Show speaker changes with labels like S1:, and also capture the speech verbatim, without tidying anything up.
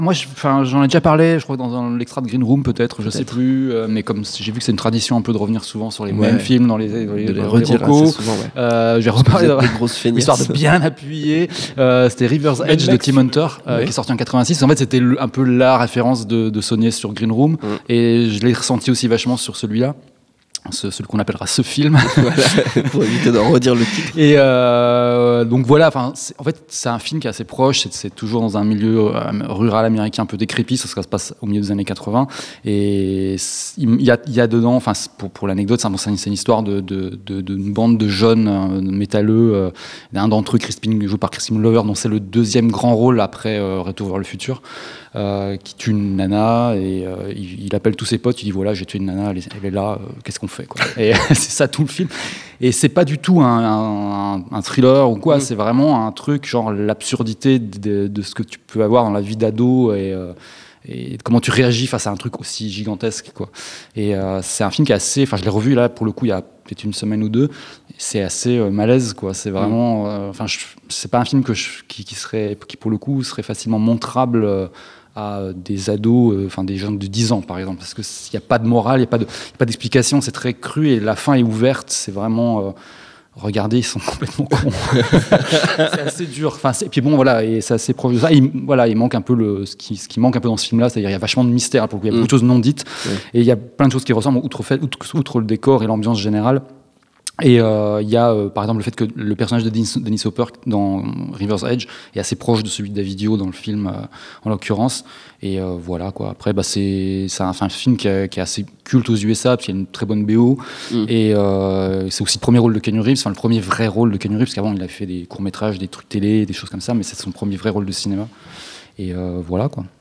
S1: Moi, je, j'en ai déjà parlé, je crois, dans un, l'extra de Green Room, peut-être, peut-être. je sais plus. Euh, mais comme j'ai vu que c'est une tradition un peu de revenir souvent sur les ouais. mêmes films dans les, dans les,
S2: de les
S1: dans
S2: redire
S1: les recos.
S2: Souvent, ouais.
S1: euh, je vais reparler de
S2: des grosses feignasses.
S1: Histoire de bien appuyer. Euh, c'était River's Edge de Tim Hunter, euh, ouais. qui est sorti en quatre-vingt-six. En fait, c'était un peu la référence de, de Saunier sur Green Room. Mm. Et je l'ai ressenti aussi vachement sur celui-là. Ce, celui qu'on appellera ce film.
S2: Voilà, pour éviter d'en redire le titre.
S1: Et euh, donc voilà, enfin, en fait, c'est un film qui est assez proche. C'est, c'est toujours dans un milieu euh, rural américain un peu décrépit. Ça, ça se passe au milieu des années quatre-vingts. Et il y a, il y a dedans, enfin, pour, pour l'anecdote, c'est, un, c'est une histoire de, de, de, d'une bande de jeunes euh, métalleux. Euh, un d'entre eux, Crispin, joué par Crispin Glover, dont c'est le deuxième grand rôle après euh, Retour vers le futur. Euh, qui tue une nana et euh, il, il appelle tous ses potes, il dit voilà, j'ai tué une nana, elle est, elle est là, euh, qu'est-ce qu'on fait quoi. Et c'est ça tout le film. Et c'est pas du tout un, un, un thriller ou quoi, mmh. c'est vraiment un truc genre l'absurdité de, de ce que tu peux avoir dans la vie d'ado et, euh, et comment tu réagis face à un truc aussi gigantesque quoi. Et euh, c'est un film qui est assez, enfin je l'ai revu là pour le coup il y a peut-être une semaine ou deux, c'est assez euh, malaise quoi. C'est vraiment, enfin euh, c'est pas un film que je, qui, qui serait, qui pour le coup serait facilement montrable. Euh, à des ados, enfin euh, des jeunes de dix ans par exemple, parce qu'il n'y a pas de morale, il n'y a pas, de, y a pas d'explication, c'est très cru et la fin est ouverte, c'est vraiment... Euh, regardez, ils sont complètement cons. C'est assez dur. Enfin, c'est, et puis bon, voilà, et c'est assez proche de ça. Il, voilà, il manque un peu le, ce qui, ce qui manque un peu dans ce film-là, c'est-à-dire il y a vachement de mystère, pour le coup, il y a beaucoup de choses non dites, mmh. et il y a plein de choses qui ressemblent, outre, fait, outre, outre le décor et l'ambiance générale. Et il euh, y a euh, par exemple le fait que le personnage de Dennis, Dennis Hopper dans River's Edge est assez proche de celui de David dans le film euh, en l'occurrence. Et euh, voilà quoi. Après bah, c'est, c'est un, un film qui, a, qui est assez culte aux U S A parce qu'il y a une très bonne B O. Mm. Et euh, c'est aussi le premier rôle de Keanu Reeves, enfin le premier vrai rôle de Keanu Reeves, parce qu'avant il a fait des courts métrages, des trucs télé, des choses comme ça, mais c'est son premier vrai rôle de cinéma. Et euh, voilà quoi.